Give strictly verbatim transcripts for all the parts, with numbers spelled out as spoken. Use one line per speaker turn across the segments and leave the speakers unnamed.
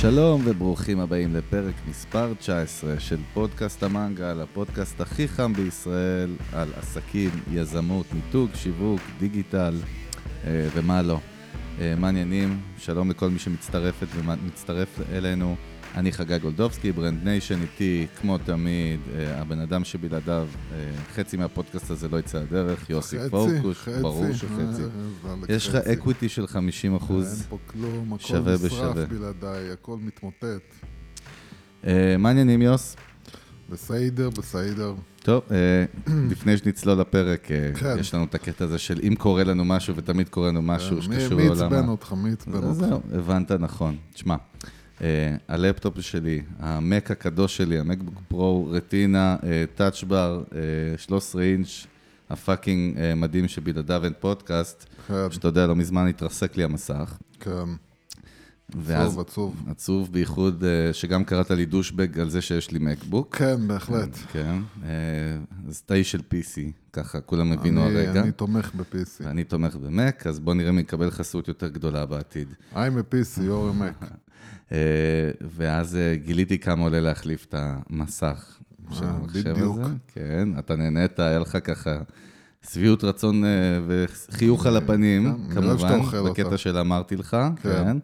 שלום וברוכים הבאים לפרק מספר תשע עשרה של פודקאסט המנגל, הפודקאסט הכי חם בישראל על עסקים, יזמות, מיתוג, שיווק, דיגיטל ומה לא. מעניינים, שלום לכל מי שמצטרפת ומצטרף אלינו. אני חגי גולדובסקי, ברנד ניישן, איתי כמו תמיד, הבן אדם שבלעדיו חצי מהפודקאסט הזה לא יצא הדרך, יוסי פורקוש, ברור שחצי. יש לך אקוויטי של חמישים אחוז,
אין פה כלום, הכל נשרף בלעדיי, הכל מתמוטט.
מעניינים יוס?
בסדר, בסדר.
טוב, לפני שנצלול לפרק, יש לנו את הקטע הזה של אם קורה לנו משהו ותמיד קורה לנו משהו שקשור לעולם.
מי עצבן אותך, מי עצבן אותך. זהו,
הבנת נכון. תשמע. הלפטופ שלי, המק הקדוש שלי, המקבוק פרו, רטינה, טאץ' בר, שלושה עשר אינץ', הפאקינג מדהים שבלעדיו אין פודקאסט, שאתה יודע, לא מזמן התרסק לי המסך. כן.
עצוב, עצוב.
עצוב, בייחוד שגם קראת לי דושבג על זה שיש לי מקבוק.
כן, בהחלט.
כן. אז תאי של פי סי, ככה, כולם הבינו הרגע.
אני תומך ב-פי סי.
ואני תומך במק, אז בוא נראה מי יקבל חסות יותר גדולה בעתיד.
I'm a פי סי, you're a Mac.
ואז גיליתי כמה עולה להחליף את המסך של המחשב הזה. כן, אתה נהנית, היה לך ככה סביעות רצון וחיוך על הפנים, כמובן, בקטע של אמרתי לך. כן.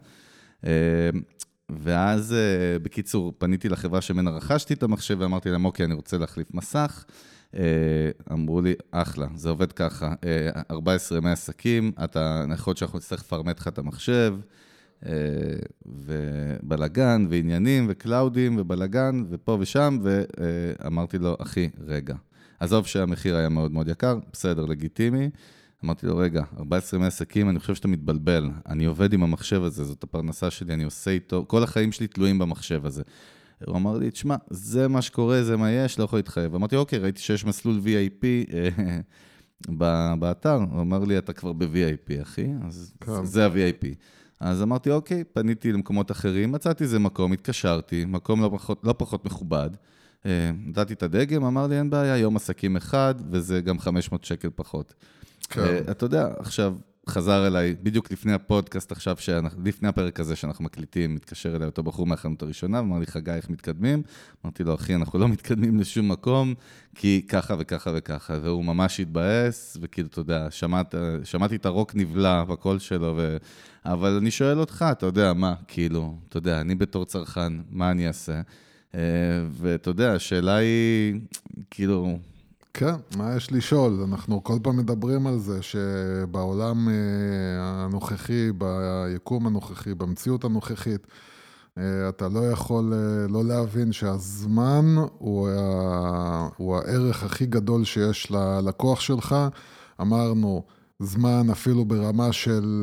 ואז בקיצור, פניתי לחברה שמנה רכשתי את המחשב, ואמרתי להם, אוקיי, אני רוצה להחליף מסך. אמרו לי, אחלה, זה עובד ככה, ארבעה עשר ימי עסקים, אתה יכול שאנחנו נצטרך לפרמט לך את המחשב, ובלגן, ועניינים, וקלאודים, ובלגן, ופה ושם, ואמרתי לו, אחי, רגע. עזוב שהמחיר היה מאוד מאוד יקר, בסדר, לגיטימי. אמרתי לו, רגע, ארבעה עשר ימי עסקים, אני חושב שאתה מתבלבל. אני עובד עם המחשב הזה, זאת הפרנסה שלי, אני עושה איתו, כל החיים שלי תלויים במחשב הזה. הוא אמר לי, תשמע, זה מה שקורה, זה מה יש, לא יכול להתחייב. אמרתי, אוקיי, ראיתי שיש מסלול וי איי פי באתר. הוא אמר לי, אתה כבר ב-וי איי פי, אחי, אז זה ה-וי איי פי. אז אמרתי, אוקיי, פניתי למקומות אחרים, מצאתי איזה מקום, התקשרתי, מקום לא פחות, לא פחות מכובד, נתתי את הדגם, אמר לי, אין בעיה, יום עסקים אחד, וזה גם חמש מאות שקל פחות. כן. אתה יודע, עכשיו חזר אליי, בדיוק לפני הפודקאסט עכשיו, לפני הפרק הזה שאנחנו מקליטים, מתקשר אליי אותו בחור מהחנות הראשונה, ואמר לי, חגי, איך מתקדמים? אמרתי לו, אחי, אנחנו לא מתקדמים לשום מקום, כי ככה וככה וככה, והוא ממש התבאס, וכאילו, אתה יודע, שמעת, שמעתי את הרוק נבלע בקול שלו, ו... אבל אני שואל אותך, אתה יודע, מה, כאילו, אתה יודע, אני בתור צרכן, מה אני אעשה? ואתה יודע, השאלה היא, כאילו...
כן, מה יש לשאול? אנחנו כל פעם מדברים על זה שבעולם הנוכחי, ביקום הנוכחי, במציאות הנוכחית, אתה לא יכול לא להבין שהזמן הוא, הוא הערך הכי גדול שיש ללקוח שלך. אמרנו, זמן אפילו ברמה של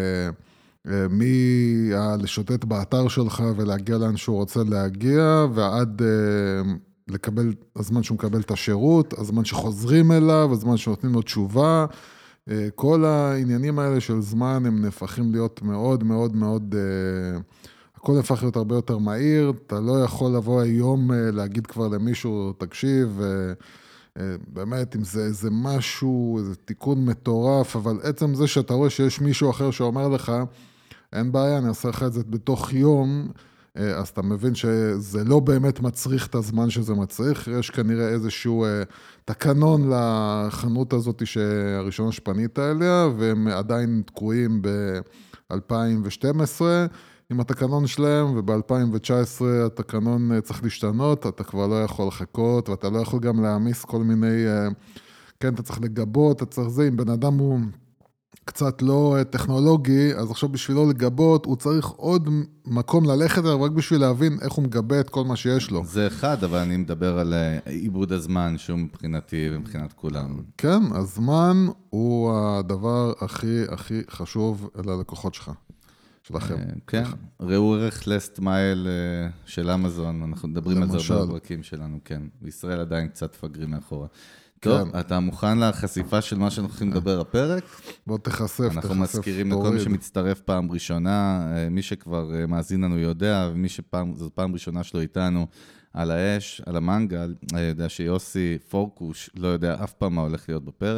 מי לשוטט באתר שלך ולהגיע לאן שהוא רוצה להגיע, ועד... לקבל, הזמן שהוא מקבל את השירות, הזמן שחוזרים אליו, הזמן שנותנים לו תשובה, כל העניינים האלה של זמן הם נהפכים להיות מאוד מאוד מאוד, הכל נהפך להיות הרבה יותר מהיר, אתה לא יכול לבוא היום להגיד כבר למישהו, תקשיב, באמת אם זה איזה משהו, איזה תיקון מטורף, אבל עצם זה שאתה רואה שיש מישהו אחר שאומר לך, אין בעיה, אני אעשה לך את זה בתוך יום, אז אתה מבין שזה לא באמת מצריך את הזמן שזה מצריך, יש כנראה איזשהו תקנון לחנות הזאת שהראשונה שפנית אליה, והם עדיין תקועים ב-אלפיים ושתים עשרה עם התקנון שלהם, וב-אלפיים ותשע עשרה התקנון צריך להשתנות, אתה כבר לא יכול לחכות, ואתה לא יכול גם להעמיס כל מיני, כן, אתה צריך לגבות, אתה צריך זה, אם בן אדם הוא... קצת לא טכנולוגי, אז עכשיו בשבילו לגבות, הוא צריך עוד מקום ללכת אליו, רק בשביל להבין איך הוא מגבה את כל מה שיש לו.
זה אחד, אבל אני מדבר על עיבוד הזמן, שהוא מבחינתי ומבחינת כולם.
כן, הזמן הוא הדבר הכי הכי חשוב ללקוחות שלך, שלכם.
כן, ראו ערך last mile של אמזון, אנחנו מדברים על זה בפרקים שלנו, כן. בישראל עדיין קצת פגרים מאחורה. טוב, אתה מוכן לחשיפה של מה שאנחנו הולכים לדבר הפרק?
בוא תחשף, תחשף.
אנחנו מזכירים לכל מי שמצטרף פעם ראשונה, מי שכבר מאזין לנו יודע, ומי שזו פעם ראשונה שלו איתנו על האש, על המנגל, יודע שיוסי פורקוש לא יודע אף פעם מה הולך להיות בפרק.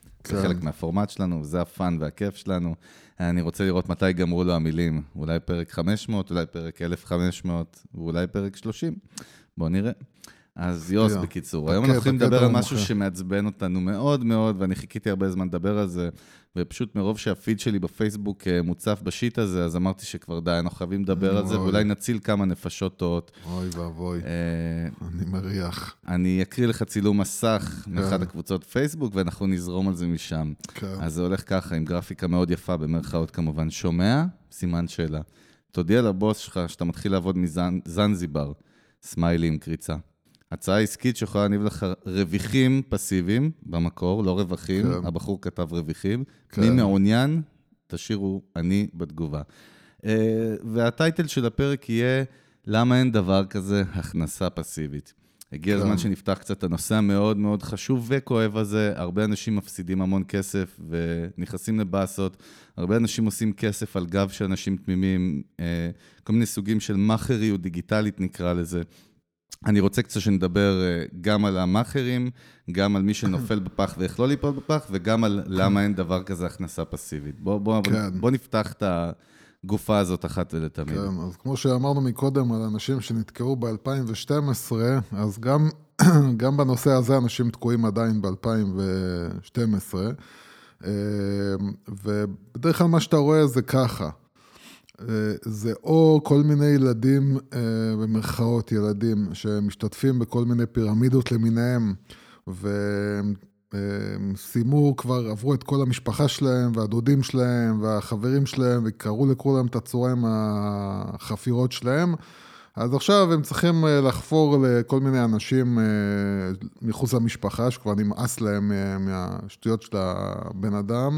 זה חלק מהפורמט שלנו, זה הפן והכיף שלנו. אני רוצה לראות מתי גמרו לו המילים. אולי פרק חמש מאות, אולי פרק אלף וחמש מאות, ואולי פרק שלושים. בואו נראה. אז יוס, בקיצור, היום אנחנו יכולים לדבר על משהו שמעצבן אותנו מאוד מאוד, ואני חיכיתי הרבה זמן לדבר על זה, ופשוט מרוב שהפיד שלי בפייסבוק מוצף בשיט הזה, אז אמרתי שכבר די, אנחנו חייבים לדבר על זה, ואולי נציל כמה נפשות טועות.
אוי ואבוי, אני מריח.
אני אקריא לך צילום מסך מאחד הקבוצות פייסבוק, ואנחנו נזרום על זה משם. אז זה הולך ככה, עם גרפיקה מאוד יפה, במרכאות כמובן. שומע? סימן שאלה. תודיע לבוס שלך שאתה מתחיל לעבוד מזנזיבר, סמיילי עם קריצה. הצעה עסקית שיכולה להניב לך רווחים פסיביים במקור, לא רווחים, כן. הבחור כתב רווחים. כן. מי מעוניין, תשאירו אני בתגובה. והטייטל של הפרק יהיה, למה אין דבר כזה הכנסה פסיבית. הגיע כן. הזמן שנפתח קצת הנושא המאוד מאוד חשוב וכואב הזה, הרבה אנשים מפסידים המון כסף ונכנסים לבאסות, הרבה אנשים עושים כסף על גב של אנשים תמימים, כל מיני סוגים של מאכריות דיגיטלית נקרא לזה. אני רוצה קצת שנדבר גם על המאכרים, גם על מי שנופל בפח ואיך לא ליפול בפח, וגם על למה אין דבר כזה הכנסה פסיבית. בוא, בוא, כן. בוא נפתח את הגופה הזאת אחת ולתמיד. כן,
אז כמו שאמרנו מקודם על אנשים שנתקעו ב-אלפיים ושתים עשרה, אז גם, גם בנושא הזה אנשים תקועים עדיין ב-אלפיים ושתים עשרה, ובדרך כלל מה שאתה רואה זה ככה. זה או כל מיני ילדים, במרכאות ילדים, שמשתתפים בכל מיני פירמידות למיניהם, וסיימו כבר, עברו את כל המשפחה שלהם, והדודים שלהם, והחברים שלהם, וקראו לכולם את הצוריים החפירות שלהם, אז עכשיו הם צריכים לחפור לכל מיני אנשים מחוץ למשפחה, שכבר נמאס להם מהשטויות של הבן אדם,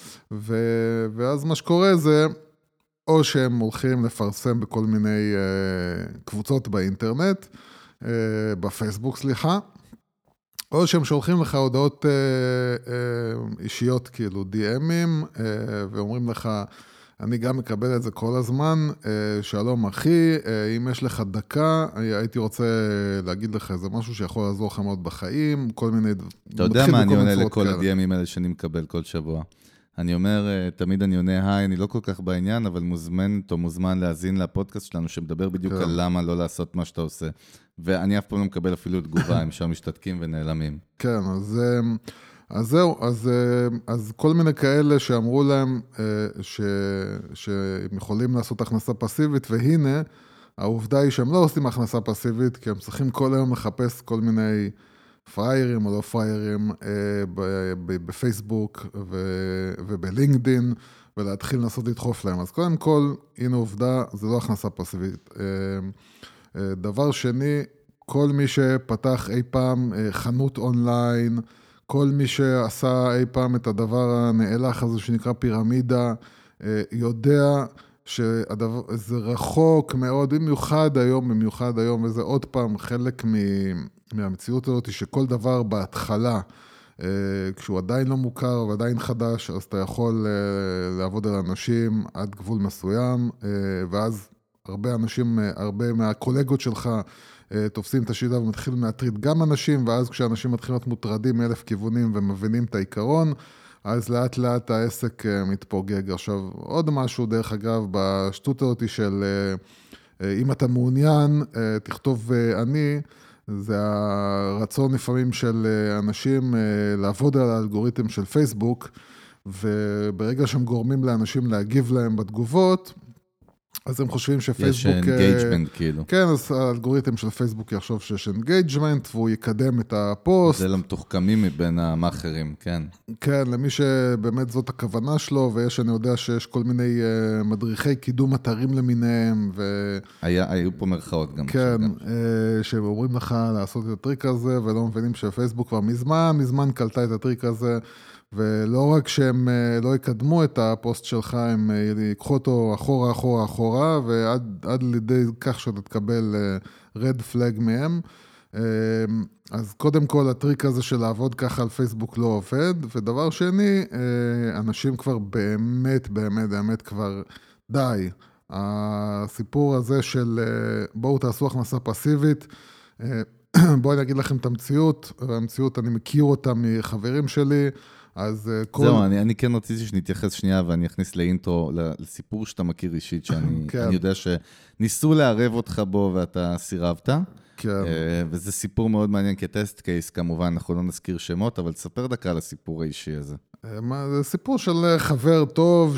ואז מה שקורה זה, או שהם הולכים לפרסם בכל מיני uh, קבוצות באינטרנט, uh, בפייסבוק, סליחה, או שהם שולחים לך הודעות uh, uh, אישיות, כאילו די אמים, uh, ואומרים לך, אני גם מקבל את זה כל הזמן, uh, שלום אחי, uh, אם יש לך דקה, הייתי רוצה להגיד לך איזה משהו שיכול לעזור לך מאוד בחיים, כל מיני...
אתה יודע מה אני עונה לכל ה-די אמים האלה שאני מקבל כל שבוע? אני אומר, תמיד אני עונה, היי, אני לא כל כך בעניין, אבל מוזמנת או מוזמן להזין לפודקאסט שלנו, שמדבר בדיוק על למה לא לעשות מה שאתה עושה. ואני אף פעם לא מקבל אפילו תגובה, הם שם משתתקים ונעלמים.
כן, אז, אז זהו, אז, אז כל מיני כאלה שאמרו להם ש, שהם יכולים לעשות הכנסה פסיבית, והנה, העובדה היא שהם לא עושים הכנסה פסיבית, כי הם צריכים כל היום לחפש כל מיני... פריירים או לא פריירים בפייסבוק ובלינקדין, ולהתחיל לנסות לדחוף להם. אז קודם כל, הנה עובדה, זה לא הכנסה פסיבית. דבר שני, כל מי שפתח אי פעם חנות אונליין, כל מי שעשה אי פעם את הדבר הנאלח הזה שנקרא פירמידה, יודע שזה רחוק מאוד, במיוחד היום, במיוחד היום, וזה עוד פעם חלק מ... מהמציאות הזאת היא שכל דבר בהתחלה, כשהוא עדיין לא מוכר ועדיין חדש, אז אתה יכול לעבוד על אנשים עד גבול מסוים, ואז הרבה אנשים, הרבה מהקולגות שלך תופסים את השיטה ומתחילים להטריד גם אנשים, ואז כשאנשים מתחילים להיות מוטרדים מאלף כיוונים ומבינים את העיקרון, אז לאט לאט העסק מתפוגג. עכשיו, עוד משהו דרך אגב, בשטות הזאת של אם אתה מעוניין, תכתוב אני, זה הרצון לפעמים של אנשים לעבוד על האלגוריתם של פייסבוק, וברגע שהם גורמים לאנשים להגיב להם בתגובות, אז הם חושבים שפייסבוק...
יש אינגייג'מנט כאילו.
כן, אז האלגוריתם של פייסבוק יחשוב שיש אינגייג'מנט, והוא יקדם את הפוסט.
זה למתוחכמים מבין המאחרים, כן.
כן, למי שבאמת זאת הכוונה שלו, ויש, אני יודע שיש כל מיני מדריכי קידום אתרים למיניהם, ו...
היה, היו פה מרכאות גם.
כן, שאומרים לך לעשות את הטריק הזה, ולא מבינים שפייסבוק כבר מזמן, מזמן קלטה את הטריק הזה, ולא רק שהם לא יקדמו את הפוסט שלך, הם ייקחו אותו אחורה, אחורה, אחורה, ועד עד לידי כך שאתה תקבל רד פלאג מהם. אז קודם כל, הטריק הזה של לעבוד ככה על פייסבוק לא עובד, ודבר שני, אנשים כבר באמת, באמת, באמת כבר די. הסיפור הזה של בואו תעשו הכנסה פסיבית, בואו אני אגיד לכם את המציאות, המציאות אני מכיר אותה מחברים שלי, אז כל...
זהו, אני, אני כן רציתי שנתייחס שנייה, ואני אכניס לאינטרו, לסיפור שאתה מכיר אישית, שאני
כן.
אני יודע שניסו לערב אותך בו, ואתה סירבת.
כן.
וזה סיפור מאוד מעניין, כטסט קייס, כמובן, אנחנו לא נזכיר שמות, אבל תספר דקה על הסיפור האישי הזה.
זה סיפור של חבר טוב,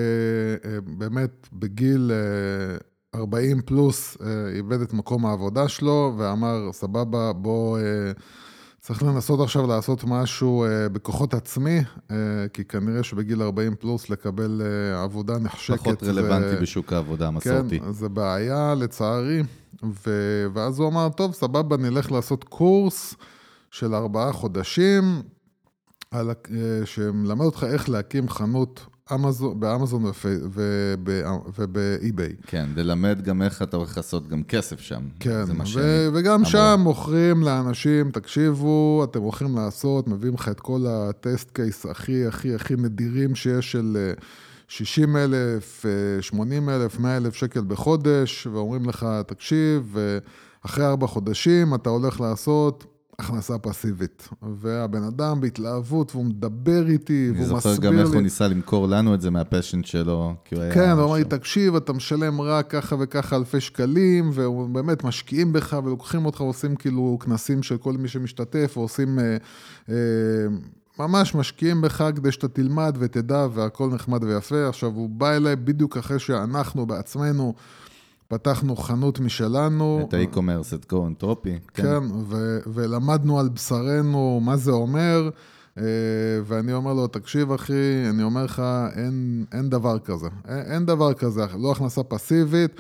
שבאמת בגיל ארבעים פלוס, איבד את מקום העבודה שלו, ואמר, סבבה, בוא... צריך לנסות עכשיו לעשות משהו בכוחות עצמי, כי כנראה שבגיל ארבעים פלוס לקבל עבודה נחשקת.
פחות רלוונטי זה... בשוק העבודה המסורתי.
כן, זה בעיה לצערי. ו... ואז הוא אמר, טוב, סבבה, נלך לעשות קורס של ארבעה חודשים, על... שמלמד אותך איך להקים חנות אמזון, באמזון וב... ובאי-ביי.
כן, ללמד גם איך אתה הולך לעשות גם כסף שם.
כן, ו... וגם אמר. שם מוכרים לאנשים, תקשיבו, אתם הולכים לעשות, מביאים לך את כל הטסט קייס הכי, הכי, הכי נדירים שיש של שישים אלף, שמונים אלף, מאה אלף שקל בחודש, ואומרים לך, תקשיב, ואחרי ארבע חודשים אתה הולך לעשות הכנסה פסיבית, והבן אדם בהתלהבות, והוא מדבר איתי, והוא מסביר לי. אני זוכר
גם איך הוא ניסה למכור לנו את זה מהפשן שלו, כי הוא היה...
כן, הוא אמר לי, תקשיב, אתה משלם רק ככה וככה אלפי שקלים, והוא באמת משקיעים בך, ולוקחים אותך, ועושים כאילו כנסים של כל מי שמשתתף, ועושים... אה, אה, ממש משקיעים בך כדי שאתה תלמד ותדע, והכל נחמד ויפה. עכשיו, הוא בא אליי בדיוק אחרי שאנחנו בעצמנו, פתחנו חנות משלנו.
את האי-קומרס, את גו-אנטרופי.
כן, כן ו- ולמדנו על בשרנו מה זה אומר, ואני אומר לו, תקשיב אחי, אני אומר לך, אין, אין דבר כזה. אין, אין דבר כזה, לא הכנסה פסיבית,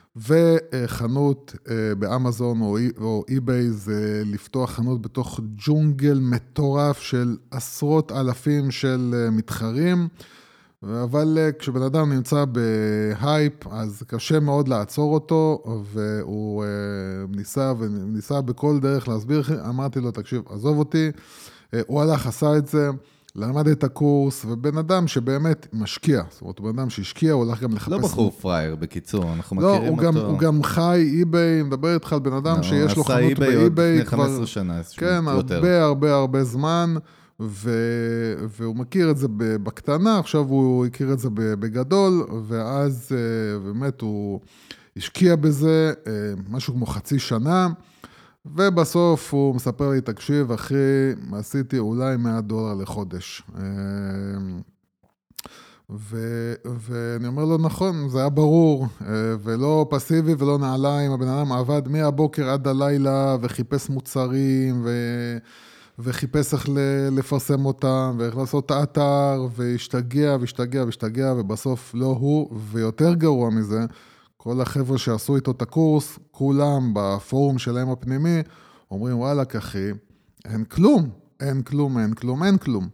וחנות באמזון או, או אי-ביי זה לפתוח חנות בתוך ג'ונגל מטורף של עשרות אלפים של מתחרים, אבל כשבן אדם נמצא בהייפ, אז קשה מאוד לעצור אותו, והוא ניסה וניסה בכל דרך להסביר, אמרתי לו, תקשיב, עזוב אותי, הוא הלך, עשה את זה, למד את הקורס, ובן אדם שבאמת משקיע, זאת אומרת, בן אדם שהשקיע, הוא הולך גם לחפש...
לא בחור פרייר, בקיצור, אנחנו
לא,
מכירים
הוא
אותו.
גם, הוא גם חי אי-ביי, מדבר איתך על בן אדם שיש לו חנות באי-ביי,
כבר... חמש עשרה שנה,
כן, הרבה הרבה הרבה זמן, ו... והוא מכיר את זה בקטנה, עכשיו הוא הכיר את זה בגדול, ואז באמת הוא השקיע בזה משהו כמו חצי שנה, ובסוף הוא מספר לי, תקשיב, אחי, עשיתי אולי מאה דולר לחודש. ו... ואני אומר לו, נכון, זה היה ברור, ולא פסיבי ולא נעליים, הבן אדם עבד מהבוקר עד הלילה, וחיפש מוצרים, ו... וחיפש איך לפרסם אותם, ואיך לעשות את האתר, והשתגע, והשתגע, והשתגע, ובסוף לא הוא, ויותר גרוע מזה, כל החבר'ה שעשו איתו את הקורס, כולם בפורום שלהם הפנימי, אומרים, וואלה, אחי, אין כלום, אין כלום, אין כלום, אין כלום.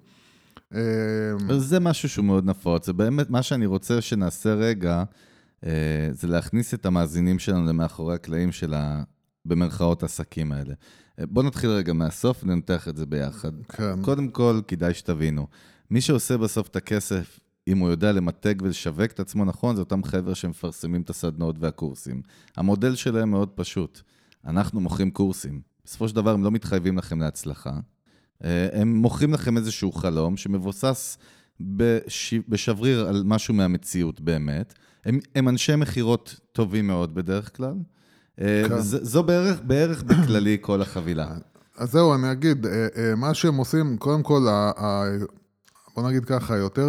זה משהו שהוא מאוד נפוץ, זה באמת מה שאני רוצה שנעשה רגע, זה להכניס את המאזינים שלנו למאחורי הקלעים של ה... במרכאות העסקים האלה. בואו נתחיל רגע מהסוף, ננתח את זה ביחד.
כן.
קודם כל, כדאי שתבינו, מי שעושה בסוף את הכסף, אם הוא יודע למתג ולשווק את עצמו נכון, זה אותם חבר'ה שמפרסמים את הסדנאות והקורסים. המודל שלהם מאוד פשוט. אנחנו מוכרים קורסים. בסופו של דבר הם לא מתחייבים לכם להצלחה. הם מוכרים לכם איזשהו חלום שמבוסס בש... בשבריר על משהו מהמציאות באמת. הם, הם אנשי מחירות טובים מאוד בדרך כלל. כן. ז, זו בערך, בערך בכללי כל החבילה.
אז זהו, אני אגיד, מה שהם עושים, קודם כל, בוא נגיד ככה, יותר,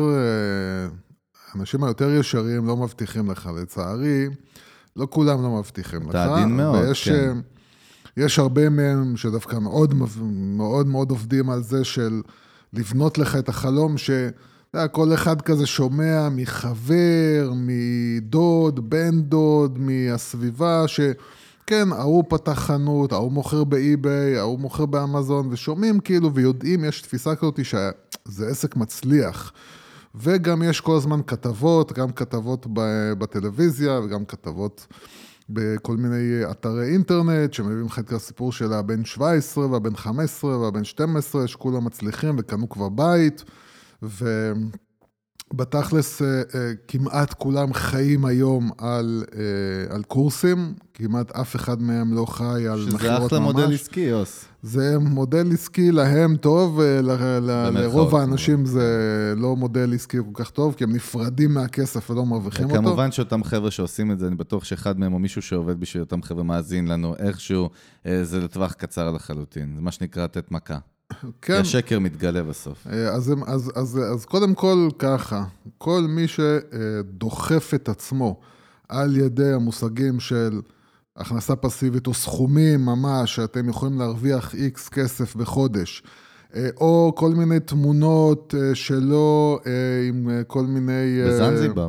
אנשים היותר ישרים לא מבטיחים לך, לצערי, לא כולם לא מבטיחים לך.
אתה עדין מאוד,
ויש,
כן.
יש הרבה מהם שדווקא מאוד, מאוד מאוד עובדים על זה של לבנות לך את החלום ש... כל אחד כזה שומע מחבר, מדוד, בן דוד, מהסביבה, שכן, ההוא פתח חנות, ההוא מוכר באי-ביי, ההוא מוכר באמזון, ושומעים כאילו ויודעים, יש תפיסה כזאת שזה עסק מצליח. וגם יש כל הזמן כתבות, גם כתבות בטלוויזיה, וגם כתבות בכל מיני אתרי אינטרנט, שמביאים לך את הסיפור של הבן שבע עשרה, והבן חמש עשרה, והבן שתים עשרה, שכולם מצליחים וקנו כבר בית, ו... בתכלס, כמעט כולם חיים היום על, על קורסים, כמעט אף אחד מהם לא חי על מחירות ממש.
שזה אחלה מודל עסקי, יוס.
זה מודל עסקי להם טוב, לרוב האנשים זה לא מודל עסקי כל כך טוב, כי הם נפרדים מהכסף ולא מרוויחים אותו.
כמובן שאותם חבר'ה שעושים את זה, אני בטוח שאחד מהם או מישהו שעובד בשביל אותם חבר'ה מאזין לנו, איכשהו זה לטווח קצר לחלוטין. זה מה שנקרא לתת מכה. כן. השקר מתגלה בסוף.
אז, אז, אז, אז קודם כל ככה, כל מי שדוחף את עצמו על ידי המושגים של הכנסה פסיבית או סכומים ממש, שאתם יכולים להרוויח איקס כסף בחודש, או כל מיני תמונות שלו עם כל מיני...
בזנזיבר.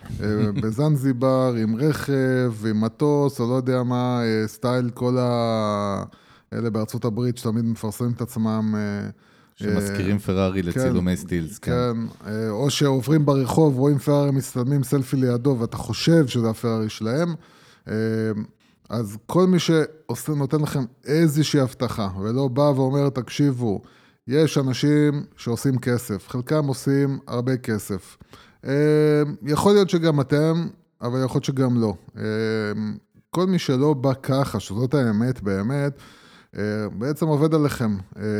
בזנזיבר, עם רכב, עם מטוס, או לא יודע מה, סטייל כל ה... אלה בארצות הברית שתמיד מפרסמים את עצמם.
שמזכירים פרארי לצילומי סטילס.
כן, או שעוברים ברחוב, רואים פרארי, מצטלמים סלפי לידו, ואתה חושב שזה הפרארי שלהם. אז כל מי שנותן לכם איזושהי הבטחה, ולא בא ואומר, תקשיבו, יש אנשים שעושים כסף, חלקם עושים הרבה כסף. יכול להיות שגם אתם, אבל יכול להיות שגם לא. כל מי שלא בא ככה, שזאת האמת באמת, בעצם עובד עליכם.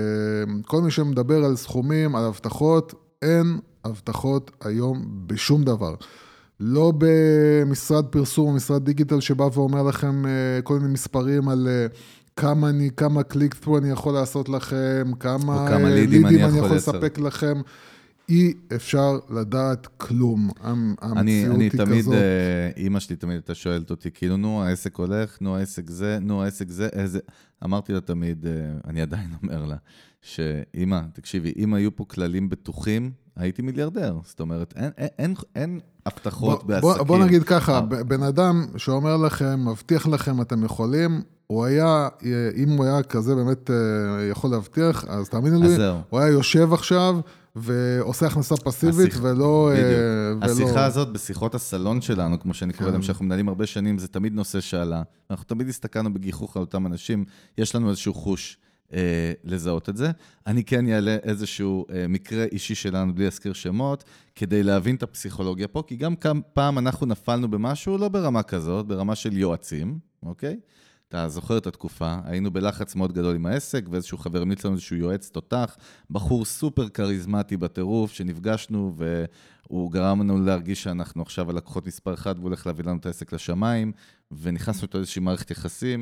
כל מי שמדבר על סכומים, על הבטחות, אין הבטחות היום בשום דבר. לא במשרד פרסום, משרד דיגיטל שבא ואומר לכם כל מיני מספרים על כמה אני, כמה קליק פה אני יכול לעשות לכם, כמה,
כמה לידים אני יכול,
יכול לספק לכם. אי אפשר לדעת כלום.
אני, אני תמיד, אמא שלי תמיד הייתה שואלת אותי, כאילו, נו, העסק הולך, נו, העסק זה, נו, העסק זה, איזה... אמרתי לה תמיד, אני עדיין אומר לה, שאמא, תקשיבי, אם היו פה כללים בטוחים, הייתי מיליארדר. זאת אומרת, אין, אין, אין, אין הבטחות בעסקים.
בוא, בוא נגיד ככה, בן אדם שאומר לכם, מבטיח לכם, אתם יכולים, הוא היה, אם הוא היה כזה באמת יכול להבטיח, אז תאמינו לי, הוא היה יושב עכשיו, ועושה הכנסה פסיבית, השיח... ולא...
השיחה
ולא...
הזאת בשיחות הסלון שלנו, כמו שאני קורא להם, שאנחנו מנהלים הרבה שנים, זה תמיד נושא שעלה. אנחנו תמיד הסתכלנו בגיחוך על אותם אנשים, יש לנו איזשהו חוש אה, לזהות את זה. אני כן יעלה איזשהו אה, מקרה אישי שלנו, בלי להזכיר שמות, כדי להבין את הפסיכולוגיה פה, כי גם כמה פעם אנחנו נפלנו במשהו, לא ברמה כזאת, ברמה של יועצים, אוקיי? אתה זוכר את התקופה, היינו בלחץ מאוד גדול עם העסק, ואיזשהו חבר המליץ לנו איזשהו יועץ תותח, בחור סופר קריזמטי בטירוף, שנפגשנו, והוא גרם לנו להרגיש שאנחנו עכשיו הלקוחות מספר אחד, והוא הולך להביא לנו את העסק לשמיים, ונכנסנו איתו איזושהי מערכת יחסים,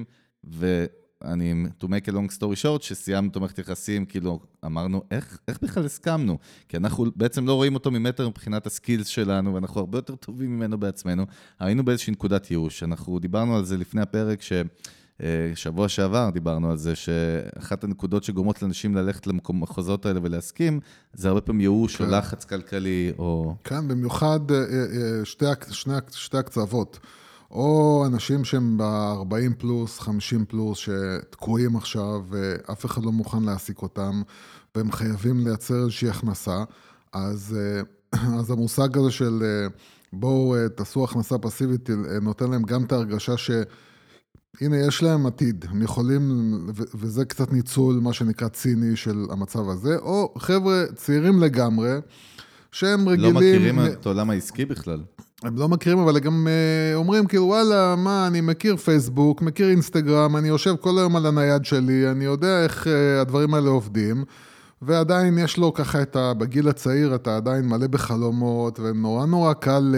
ואני, to make a long story short, שסיימנו את מערכת יחסים, כאילו אמרנו, איך, איך בכלל הסכמנו? כי אנחנו בעצם לא רואים אותו ממטר מבחינת הסקילס שלנו, ואנחנו הרבה יותר טובים ממנו בעצמנו. היינו באיזושהי נקודת ייאוש, אנחנו דיברנו על זה לפני הפרק, ש... שבוע שעבר דיברנו על זה, שאחת הנקודות שגורמות לאנשים ללכת למחוזות האלה ולהסכים, זה הרבה פעמים ייאוש או לחץ כלכלי, או...
כן, במיוחד שתי, שני, שתי הקצוות. או אנשים שהם ב-ארבעים פלוס, חמישים פלוס, שתקועים עכשיו, ואף אחד לא מוכן להעסיק אותם, והם חייבים לייצר איזושהי הכנסה, אז, אז המושג הזה של בואו תעשו הכנסה פסיבית, נותן להם גם את ההרגשה ש... הנה, יש להם עתיד, הם יכולים, וזה קצת ניצול, מה שנקרא ציני של המצב הזה, או חבר'ה צעירים לגמרי, שהם רגילים...
לא מכירים את העולם העסקי בכלל.
הם לא מכירים, אבל גם אומרים, כאילו, וואלה, מה, אני מכיר פייסבוק, מכיר אינסטגרם, אני יושב כל היום על הנייד שלי, אני יודע איך הדברים האלה עובדים, ועדיין יש לו ככה את ה... בגיל הצעיר, אתה עדיין מלא בחלומות, ונורא נורא קל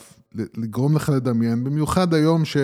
לגרום לך לדמיין, במיוחד היום ש...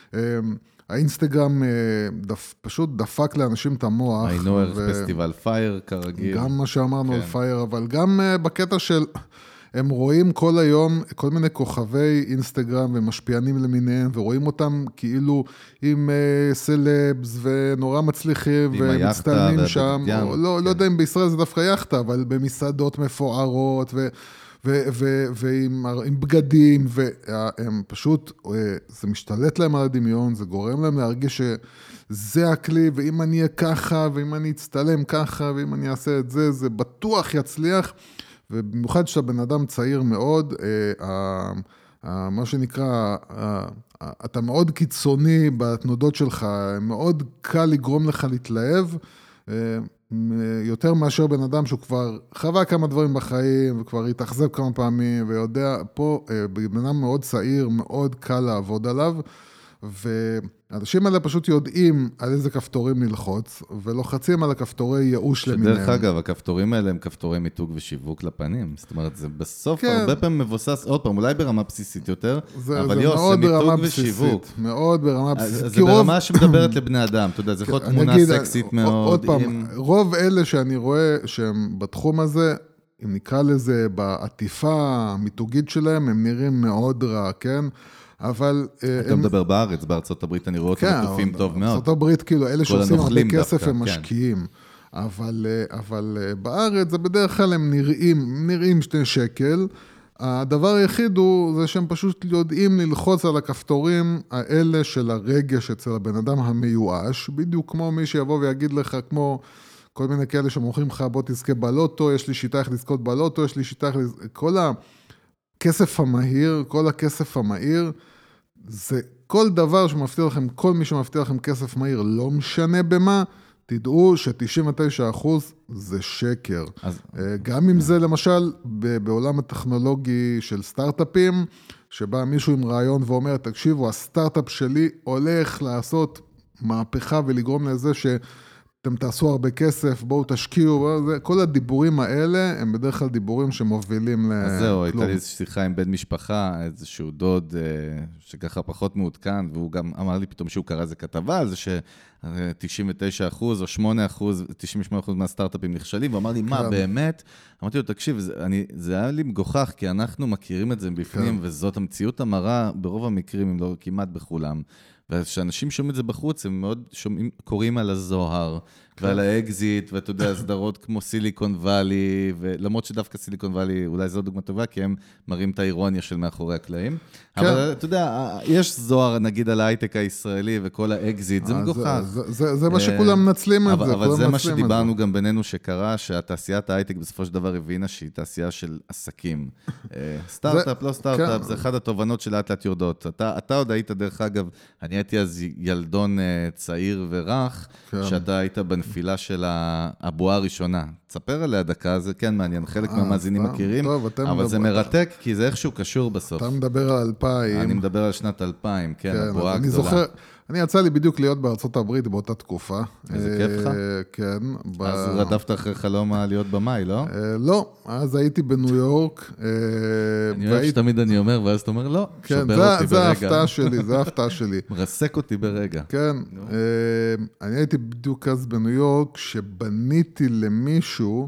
האינסטגרם דפ, פשוט דפק לאנשים את המוח.
היינו ערך ו... פסטיבל פייר כרגיל.
גם מה שאמרנו כן. על פייר, אבל גם בקטע של, הם רואים כל היום כל מיני כוכבי אינסטגרם ומשפיענים למיניהם, ורואים אותם כאילו עם סלבס ונורא מצליחים, ומצטלמים שם. או, לא, כן. לא יודע אם בישראל זה דווקא יחטה, אבל במסעדות מפוארות ו... ו- ו- ועם עם בגדים, והם פשוט, זה משתלט להם על הדמיון, זה גורם להם להרגיש שזה הכלי, ואם אני אהיה ככה, ואם אני אצטלם ככה, ואם אני אעשה את זה, זה בטוח יצליח, ובמיוחד שאתה בן אדם צעיר מאוד, מה שנקרא, אתה מאוד קיצוני בתנודות שלך, מאוד קל לגרום לך להתלהב, יותר מאשר בן אדם שהוא כבר חווה כמה דברים בחיים, וכבר התאכזב כמה פעמים, ויודע, פה בן אדם מאוד צעיר, מאוד קל לעבוד עליו, והאנשים האלה פשוט יודעים על איזה כפתורים ללחוץ, ולוחצים על הכפתורי ייאוש למיניהם.
שדרך אגב, הכפתורים האלה הם כפתורי מיתוג ושיווק לפנים, זאת אומרת, זה בסוף כן. הרבה פעמים מבוסס, עוד פעם, אולי ברמה בסיסית יותר,
זה,
אבל
זה
יוס, זה מיתוג ושיווק.
מאוד ברמה בסיסית.
זה ברמה רוב... שמדברת לבני אדם, אתה יודע, זה יכול להיות תמונה סקסית מאוד.
עוד פעם,
עם...
רוב אלה שאני רואה שהם בתחום הזה, אם נקרא לזה בעטיפה המיתוגית שלהם, הם נראים מאוד רע, כן? אבל...
אתה מדבר בארץ, בארצות הברית, אני רואה אותם עטופים טוב מאוד.
בארצות הברית, כאילו, אלה שעושים הרבה כסף הם משקיעים. אבל בארץ, זה בדרך כלל הם נראים שני שקל. הדבר היחיד הוא, זה שהם פשוט יודעים ללחוץ על הכפתורים האלה של הרגש אצל הבן אדם המיואש, בדיוק כמו מי שיבוא ויגיד לך, כמו כל מיני כאלה שמוכרים לך, בוא תזכה בלוטו, יש לי שיטה איך לזכות בלוטו, יש לי שיטה איך לזכות... כל הכסף המהיר, כל הכסף המהיר, זה כל דבר שמפתיע לכם, כל מי שמפתיע לכם כסף מהיר, לא משנה במה, תדעו ש-תשעים ותשעה אחוז זה שקר. אז... גם אם זה למשל בעולם הטכנולוגי של סטארט-אפים, שבא מישהו עם רעיון ואומר, תקשיבו, הסטארט-אפ שלי הולך לעשות מהפכה ולגרום לזה ש... אתם תעשו הרבה כסף, בואו תשקיעו, כל הדיבורים האלה הם בדרך כלל דיבורים שמובילים לכלום.
אז זהו, הייתה לי שיחה עם בן משפחה, איזשהו דוד שככה פחות מעודכן, והוא גם אמר לי פתאום שהוא קרא איזה כתבה על זה ש-תשעים ותשעה אחוז או שמונה אחוז, תשעים ושמונה אחוז מהסטארט-אפים נכשלים, ואמר לי, מה באמת? אמרתי לו, תקשיב, זה היה לי מגוחך, כי אנחנו מכירים את זה בפנים, וזאת המציאות המרה ברוב המקרים, אם לא כמעט בכולם. וכשאנשים שומעים את זה בחוץ, הם מאוד שומעים, קוראים על הזוהר, ועל האקזיט, ואתה יודע, סדרות כמו סיליקון ואלי, ולמרות שדווקא סיליקון ואלי, אולי זו דוגמה טובה, כי הם מראים את האירוניה של מאחורי הקלעים. אבל אתה יודע, יש זוהר, נגיד, על ההייטק הישראלי, וכל האקזיט, זה מגוחך.
זה מה שכולם מנצלים את זה.
אבל זה מה שדיברנו גם בינינו שקרה, שהתעשיית ההייטק בסופו של דבר הבינה שהיא תעשייה של עסקים. סטארט-אפ, לא סטארט-אפ, זה אחד התובנות של לאט לאט יורדות. אתה עוד היית, דרך אגב, אני הייתי אז ילדון צעיר ורך, שאתה היית בנפילה של הבועה הראשונה. תספר עליה דקה, זה כן מעניין, חלק מהמאזינים מכירים, אבל זה מרתק, כי זה איכשהו קשור בסוף.
אתה מדבר על אלפיים.
אני מדבר על שנת אלפיים, כן, הבועה הגדולה.
אני יצא לי בדיוק להיות בארצות הברית באותה תקופה.
איזה כיף לך?
כן.
אז רדפת אחרי חלום להיות במאי, לא?
לא, אז הייתי בניו יורק.
אני אוהב שתמיד אני אומר, ואז אתה אומר, לא, שובר אותי ברגע.
זה ההפתעה שלי, זה ההפתעה שלי.
מרסק אותי ברגע.
כן. אני הייתי בדיוק אז בניו יורק, שבניתי למישהו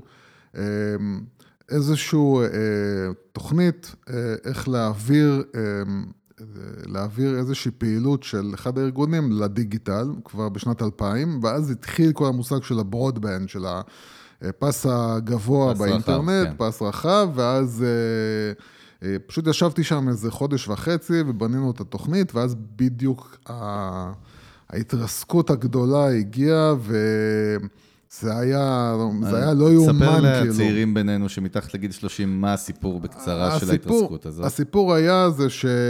איזשהו תוכנית, איך להעביר... להעביר איזושהי פעילות של אחד הארגונים לדיגיטל, כבר בשנת אלפיים, ואז התחיל כל המושג של הברודבנד, של הפס הגבוה באינטרנט, פס רחב, ואז פשוט ישבתי שם איזה חודש וחצי, ובנינו את התוכנית, ואז בדיוק ההתרסקות הגדולה הגיעה, ו... זה היה, זה היה לא יאומן,
ספר
כאילו.
לצעירים בינינו שמתחת לגיל שלושים, מה הסיפור בקצרה של ההתרסקות הזאת?
הסיפור היה זה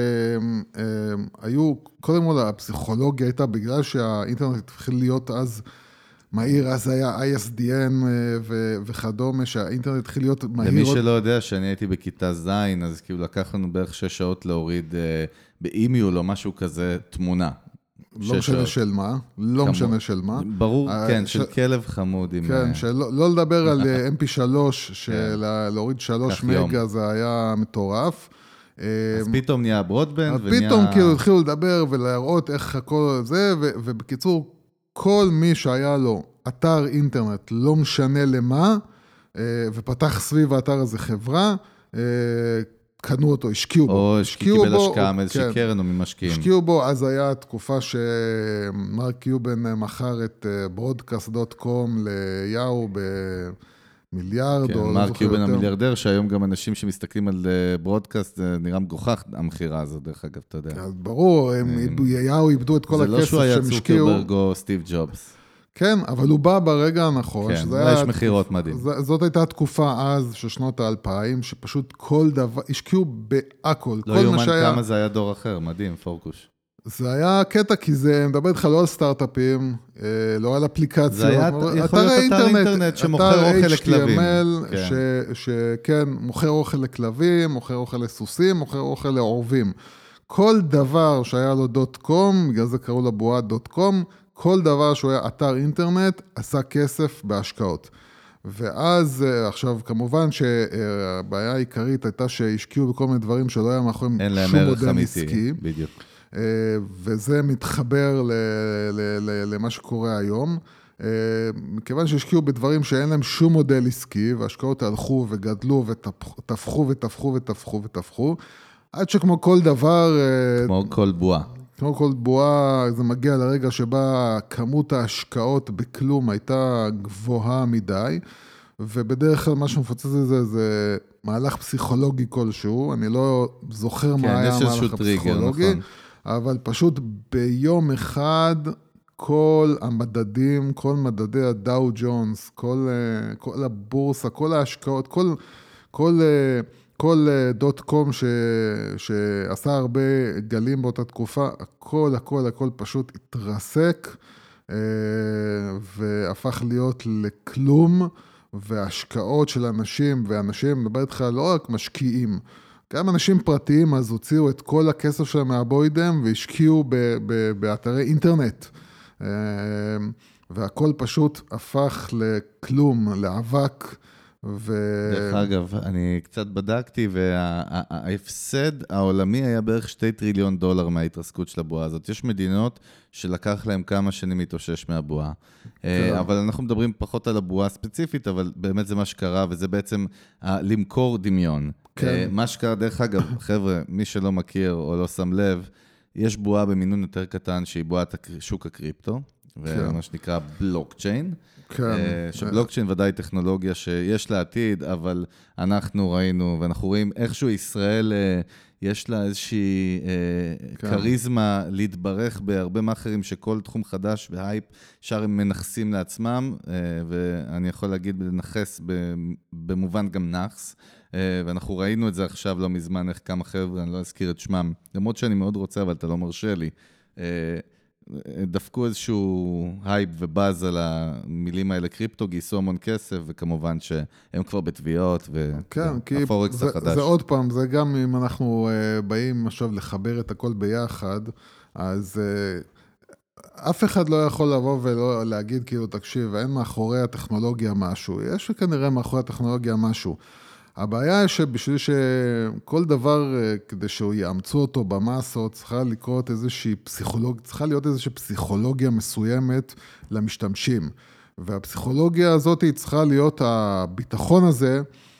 שהיו, קודם כל הפסיכולוגיה הייתה, בגלל שהאינטרנט התחיל להיות אז מהיר, אז היה איי אס די אן וכדומה, שהאינטרנט התחיל להיות מהיר.
למי שלא יודע שאני הייתי בכיתה זין, אז כאילו לקח לנו בערך שש שעות להוריד באימיול או משהו כזה תמונה.
לא משנה של מה, לא משנה של מה.
ברור, כן, של כלב חמוד.
כן, שלא לדבר על אם פי שלוש, שלהוריד שלוש מגה זה היה מטורף.
אז פתאום נהיה ברודבנד.
פתאום כאילו התחילו לדבר ולהראות איך הכל זה, ובקיצור, כל מי שהיה לו אתר אינטרנט, לא משנה למה, ופתח סביב האתר הזה חברה, קנו אותו, השקיעו בו.
או קיבל השקעה מאיזושהי קרן או ממשקיעים.
השקיעו בו, אז היה תקופה שמרק קיובן מכר את ברודקאסט דוט קום ליאו במיליארד.
כן, מרק קיובן המיליארדר, שהיום גם אנשים שמסתכלים על ברודקאסט, זה נראה מגוחך המחירה הזאת, דרך אגב, אתה יודע.
ברור, יאו איבדו את כל הכסף שהם השקיעו.
זה לא שהוא היה צוקרברג או סטיב ג'ובס.
כן, אבל הוא בא ברגע הנכון.
כן, יש מחירות מדהים.
זאת הייתה תקופה אז של שנות האלפיים, שפשוט כל דבר, השקיעו בהכל.
לא יומן כמה זה היה דור אחר, מדהים, פורקוש.
זה היה קטע, כי זה מדבר איתך לא על סטארט-אפים, לא על אפליקציות.
זה היה יכול להיות אתר אינטרנט שמוכר אוכל לכלבים.
שכן, מוכר אוכל לכלבים, מוכר אוכל לסוסים, מוכר אוכל לעורבים. כל דבר שהיה לו דוט קום, בגלל זה קראו לבועה דוט קום, כל דבר שהוא היה אתר אינטרנט, עשה כסף בהשקעות. ואז, עכשיו, כמובן שהבעיה העיקרית הייתה שהשקיעו בכל מיני דברים שלא היה מאחורים שום מודל עסקי.
בדיוק.
וזה מתחבר למה שקורה היום. מכיוון שהשקיעו בדברים שאין להם שום מודל עסקי, והשקעות הלכו וגדלו ותפחו ותפחו ותפחו ותפחו, עד שכמו כל דבר...
כמו כל בועה.
כמו כל בועה, זה מגיע לרגע שבה כמות ההשקעות בכלום הייתה גבוהה מדי, ובדרך כלל מה שמפוצץ זה, זה מהלך פסיכולוגי כלשהו, אני לא זוכר מה היה המהלך הפסיכולוגי, אבל פשוט ביום אחד כל המדדים, כל מדדי הדאו ג'ונס, כל, כל הבורסה, כל ההשקעות, כל, כל, כל דוט קום ש, שעשה הרבה גלים באותה תקופה, הכל, הכל, הכל פשוט התרסק והפך להיות לכלום, והשקעות של אנשים, ואנשים, מדבר איתך לא רק משקיעים, גם אנשים פרטיים אז הוציאו את כל הכסף שלהם מהבוידם והשקיעו ב- ב- באתרי אינטרנט. והכל פשוט הפך לכלום, לאבק. ו...
דרך אגב, אני קצת בדקתי, וההפסד העולמי היה בערך שתי טריליון דולר מההתרסקות של הבועה הזאת. יש מדינות שלקח להם כמה שנים להתאושש מהבועה. אבל אנחנו מדברים פחות על הבועה הספציפית, אבל באמת זה מה שקרה, וזה בעצם למכור דמיון. מה שקרה, דרך אגב, חבר'ה, מי שלא מכיר או לא שם לב, יש בועה במינון יותר קטן שהיא בועת שוק הקריפטו, ומה שנקרא בלוקצ'יין. שבלוקצ'יין ודאי טכנולוגיה שיש לה עתיד, אבל אנחנו ראינו, ואנחנו רואים איכשהו ישראל יש לה איזושהי קריזמה להתברך בהרבה מאחרים שכל תחום חדש והייפ שר הם מנחסים לעצמם, ואני יכול להגיד לנחס במובן גם נחס, ואנחנו ראינו את זה עכשיו לא מזמן, איך כמה חבר'ה, אני לא אזכיר את שמם, למרות שאני מאוד רוצה, אבל אתה לא מרשה לי, דפקו איזשהו הייפ ובאז על המילים האלה קריפטו, גייסו המון כסף, וכמובן שהם כבר בתביעות, והפורקס החדש.
זה עוד פעם, זה גם אם אנחנו באים עכשיו לחבר את הכל ביחד, אז אף אחד לא יכול לבוא ולא להגיד כאילו, תקשיב, אין מאחורי הטכנולוגיה משהו, יש כנראה מאחורי הטכנולוגיה משהו. הבעיה היא שבשביל שכל דבר, כדי שהוא יאמצו אותו במסות, צריכה לקרות איזושהי פסיכולוגיה, צריכה להיות איזושהי פסיכולוגיה מסוימת למשתמשים. והפסיכולוגיה הזאת היא צריכה להיות הביטחון הזה,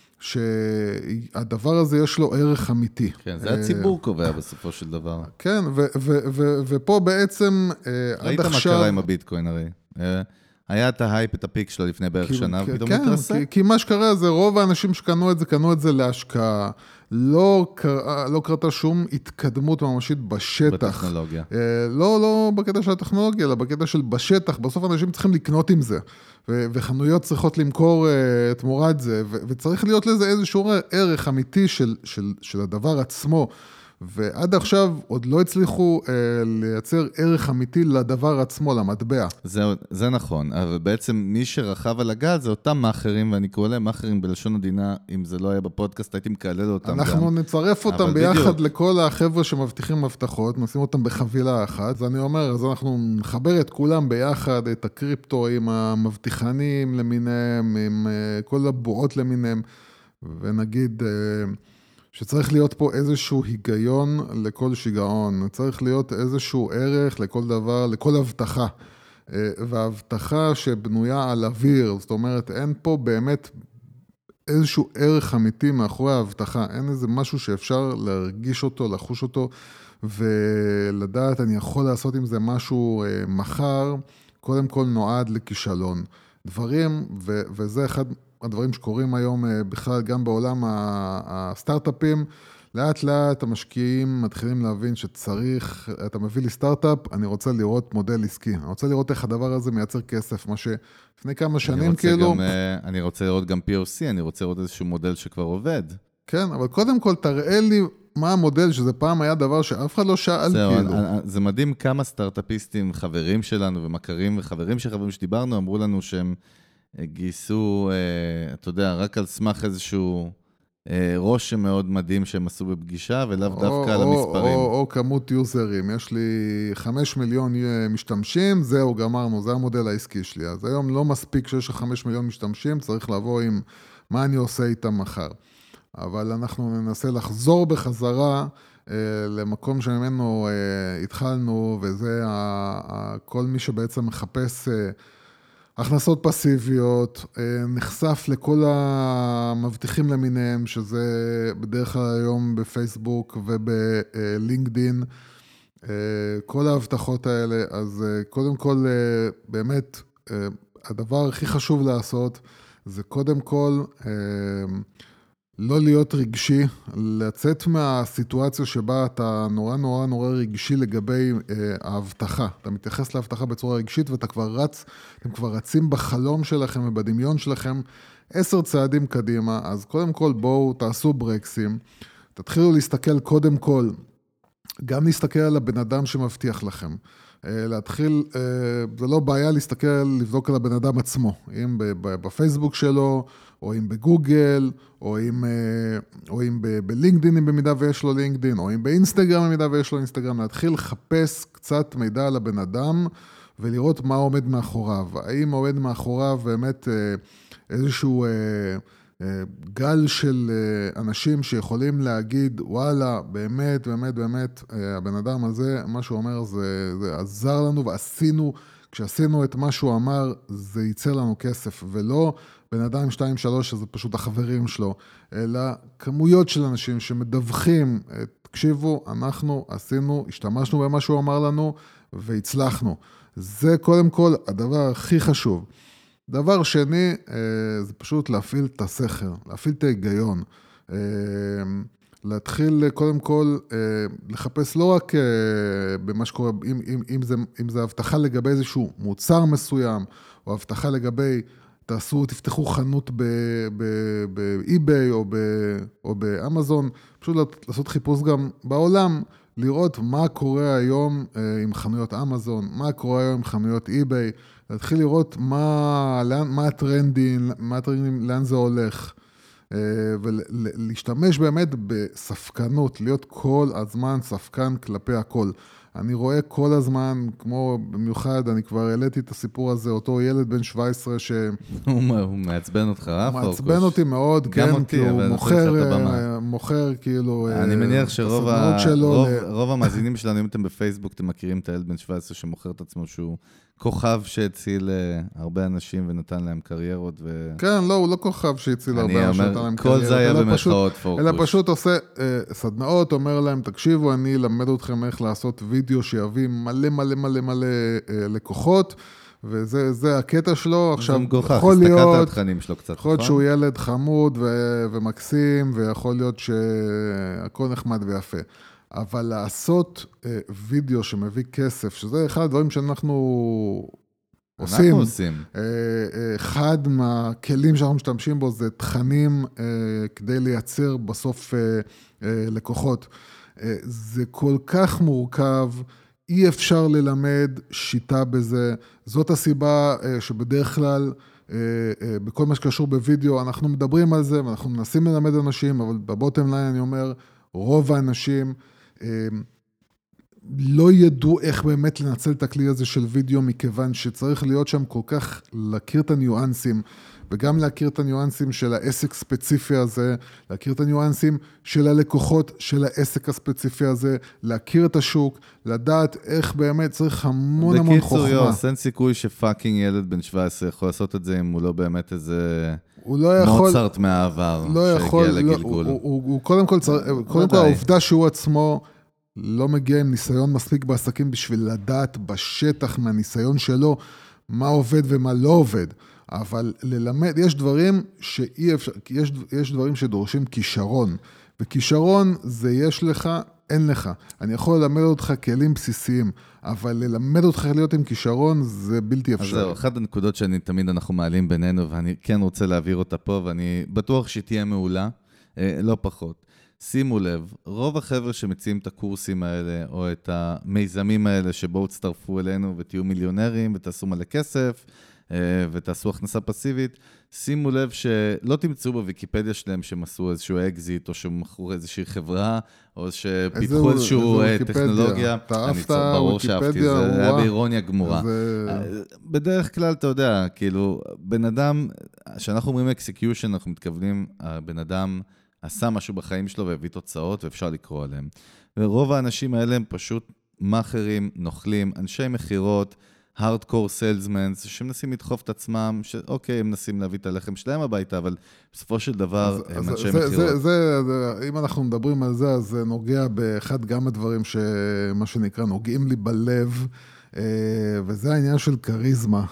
שהדבר הזה יש לו ערך אמיתי.
כן, זה הציבור קובע בסופו של דבר.
כן, ופה בעצם
ראית מה קרה עם הביטקוין הרי? היה את ההייפ, את הפיק שלו לפני בערך שנה, ופתאום
כן,
מתרסק.
כי, כי מה שקרה זה, רוב האנשים שקנו את זה, קנו את זה להשקעה. לא, קרה, לא קרתה שום התקדמות ממשית בשטח.
בטכנולוגיה.
לא, לא בקטע של הטכנולוגיה, אלא בקטע של בשטח. בסוף אנשים צריכים לקנות עם זה. ו- וחנויות צריכות למכור uh, תמורת זה. ו- וצריך להיות לזה איזשהו ערך אמיתי של, של, של הדבר עצמו. ועד עכשיו עוד לא הצליחו אה, לייצר ערך אמיתי לדבר עצמו, למטבע.
זה, זה נכון, אבל בעצם מי שרכב על הגל זה אותם מאחרים, ואני קורא להם מאחרים בלשון עדינה, אם זה לא היה בפודקאסט, הייתי מקלל אותם
אנחנו
גם.
נצרף אותם ביחד בדיוק. לכל החבר'ה שמבטיחים מבטחות, נשים אותם בחבילה אחת, אז אני אומר, אז אנחנו נחבר את כולם ביחד, את הקריפטו עם המבטיחנים למיניהם, עם uh, כל הבועות למיניהם, ונגיד... Uh, שצריך להיות פה איזשהו היגיון לכל שיגעון, צריך להיות איזשהו ערך לכל דבר, לכל הבטחה. וההבטחה שבנויה על אוויר, זאת אומרת, אין פה באמת איזשהו ערך אמיתי מאחורי ההבטחה, אין איזה משהו שאפשר להרגיש אותו, לחוש אותו, ולדעת אני יכול לעשות עם זה משהו מחר, קודם כל נועד לכישלון. דברים, ו- וזה אחד... הדברים שקורים היום בכלל גם בעולם הסטארט-אפים, לאט לאט המשקיעים מתחילים להבין שצריך, אתה מביא לי סטארט-אפ, אני רוצה לראות מודל עסקי, אני רוצה לראות איך הדבר הזה מייצר כסף, מה שלפני כמה שנים כאילו...
גם, אני רוצה לראות גם פי או סי, אני רוצה לראות איזשהו מודל שכבר עובד.
כן, אבל קודם כל תראה לי מה המודל, שזה פעם היה דבר שאף אחד לא שאל כאילו.
זה מדהים כמה סטארט-אפיסטים, חברים שלנו ומכרים וחברים שחברים שדיברנו, אמרו לנו שהם גייסו, אתה יודע, רק על סמך איזשהו ראש מאוד מדהים שהם עשו בפגישה, ולאו דווקא על המספרים.
או, או, או כמות יוזרים, יש לי חמש מיליון משתמשים, זהו, גמרנו, זה המודל העסקי שלי. אז היום לא מספיק שיש חמש מיליון משתמשים, צריך לבוא עם מה אני עושה איתם מחר. אבל אנחנו ננסה לחזור בחזרה אה, למקום שממנו אה, התחלנו, וזה ה, ה, כל מי שבעצם מחפש אה, הכנסות פסיביות, אה, נחשף לכל המבטיחים למיניהם, שזה בדרך כלל היום בפייסבוק ובלינקדין, אה, כל ההבטחות האלה. אז אה, קודם כל, אה, באמת, אה, הדבר הכי חשוב לעשות, זה קודם כל, אה, לא להיות רגשי, לצאת מהסיטואציה שבה אתה נורא נורא נורא רגשי לגבי אה, ההבטחה. אתה מתייחס להבטחה בצורה רגשית ואתה כבר רץ, אתם כבר רצים בחלום שלכם ובדמיון שלכם עשר צעדים קדימה, אז קודם כל בואו תעשו ברקסים, תתחילו להסתכל קודם כל, גם להסתכל על הבן אדם שמבטיח לכם. להתחיל, זה לא בעיה להסתכל, לבדוק על הבן אדם עצמו, אם בפייסבוק שלו, או אם בגוגל, או אם, או אם בלינקדין, אם במידה ויש לו לינקדין, או אם באינסטגרם, במידה ויש לו אינסטגרם, להתחיל לחפש קצת מידע על הבן אדם, ולראות מה עומד מאחוריו. האם עומד מאחוריו באמת איזשהו גל של אנשים שיכולים להגיד, וואלה, באמת, באמת, באמת, הבן אדם הזה, מה שהוא אומר, זה, זה עזר לנו, ועשינו, כשעשינו את מה שהוא אמר, זה ייצא לנו כסף, ולא בן אדם שתיים שלוש, שזה פשוט החברים שלו, אלא כמויות של אנשים שמדווחים, תקשיבו, אנחנו עשינו, השתמשנו במה שהוא אמר לנו, והצלחנו. זה קודם כל הדבר הכי חשוב. דבר שני, זה פשוט להפעיל את השכל, להפעיל את ההיגיון. להתחיל קודם כל לחפש לא רק במה שקורה, אם, אם, אם זה, אם זה הבטחה לגבי איזשהו מוצר מסוים, או הבטחה לגבי, תעשו, תפתחו חנות באי-ביי או, או באמזון, פשוט לעשות חיפוש גם בעולם, לראות מה קורה היום עם חנויות אמזון, מה קורה היום עם חנויות אי-ביי, להתחיל לראות מה, לאן, מה הטרנדים, מה הטרנדים, לאן זה הולך, ולהשתמש באמת בספקנות, להיות כל הזמן ספקן כלפי הכל. אני רואה כל הזמן, כמו במיוחד, אני כבר העליתי את הסיפור הזה, אותו ילד בן שבע עשרה ש...
הוא מעצבן אותך,
הוא מעצבן אותי מאוד, כן, כי הוא מוכר, מוכר כאילו...
אני מניח שרוב המאזינים שלנו, אם אתם בפייסבוק, אתם מכירים את הילד בן שבע עשרה שמוכר את עצמו, שהוא כוכב שהציל הרבה אנשים ונתן להם קריירות.
כן, לא, הוא לא כוכב שהציל הרבה אנשים ונתן להם
קריירות. כל זה היה במחאות פורקוש.
אלא פשוט עושה סדנאות, אומר להם, תקשיבו, אני אלמד אתכם איך לעשות וידאו שיביא מלא מלא מלא מלא לקוחות, וזה הקטע שלו. עכשיו, יכול להיות, יכול להיות שהוא ילד חמוד ומקסים, ויכול להיות שהכל נחמד ויפה. אבל לעשות אה, וידאו שמביא כסף, שזה אחד הדברים שאנחנו עושים.
אנחנו עושים.
אה, אה, אחד מהכלים שאנחנו משתמשים בו זה תכנים אה, כדי לייצר בסוף אה, אה, לקוחות. אה, זה כל כך מורכב, אי אפשר ללמד שיטה בזה. זאת הסיבה אה, שבדרך כלל, אה, אה, בכל מה שקשור בווידאו, אנחנו מדברים על זה, ואנחנו מנסים ללמד אנשים, אבל בבוטם ליין אני אומר, רוב האנשים, לא ידעו איך באמת לנצל את הכלי הזה של וידאו, מכיוון שצריך להיות שם כל כך להכיר את הניואנסים, וגם להכיר את הניואנסים של העסק ספציפי הזה, להכיר את הניואנסים של הלקוחות של העסק הספציפי הזה, להכיר את השוק, לדעת איך באמת צריך המון המון חוכמה.
בקיצור, יוס, אין סיכוי שפאקינג ילד בן שבע עשרה יכול לעשות את זה, אם הוא לא באמת איזה...
הוא לא יכול,
מוצרט מהעבר,
לא יכול, שהגיע לגלגול. לא, הוא, הוא, הוא קודם כל, צר, קודם כל העובדה שהוא עצמו לא מגיע עם ניסיון מספיק בעסקים בשביל לדעת בשטח מהניסיון שלו מה עובד ומה לא עובד. אבל ללמד, יש דברים שאי אפשר, יש, יש דברים שדורשים כישרון, וכישרון זה יש לך, אין לך. אני יכול ללמד אותך כלים בסיסיים, אבל ללמד אותך להיות עם כישרון זה בלתי אפשרי.
אז זהו, אחת הנקודות שאני תמיד אנחנו מעלים בינינו, ואני כן רוצה להעביר אותה פה, ואני בטוח שתהיה מעולה. לא פחות. שימו לב, רוב החבר'ה שמציעים את הקורסים האלה, או את המיזמים האלה, שבואו תצטרפו אלינו ותהיו מיליונרים, ותעשו מלא כסף, ותעשו הכנסה פסיבית, שימו לב שלא תמצאו בוויקיפדיה שלהם שהם עשו איזשהו אקזיט, או שהם מכרו איזושהי חברה, או שפיתחו איזשהו טכנולוגיה.
אתה אהבת
ברור שאהבתי, זה היה באירוניה גמורה. בדרך כלל, אתה יודע, כאילו, בן אדם, כשאנחנו אומרים אקסקיושן, אנחנו מתכוונים, בן אדם עשה משהו בחיים שלו והביא תוצאות, ואפשר לקרוא עליהם. ורוב האנשים האלה הם פשוט מאחרים, נוכלים, אנשי מחירות, הארדקור סיילסמנס, שמנסים לדחוף את עצמם, שאוקיי, הם מנסים להביא את הלחם שלהם הביתה, אבל בסופו של דבר הם אנשי מחירות.
אם אנחנו מדברים על זה, אז זה נוגע באחד גם הדברים שמה שנקרא נוגעים לי בלב, וזה העניין של קריזמה.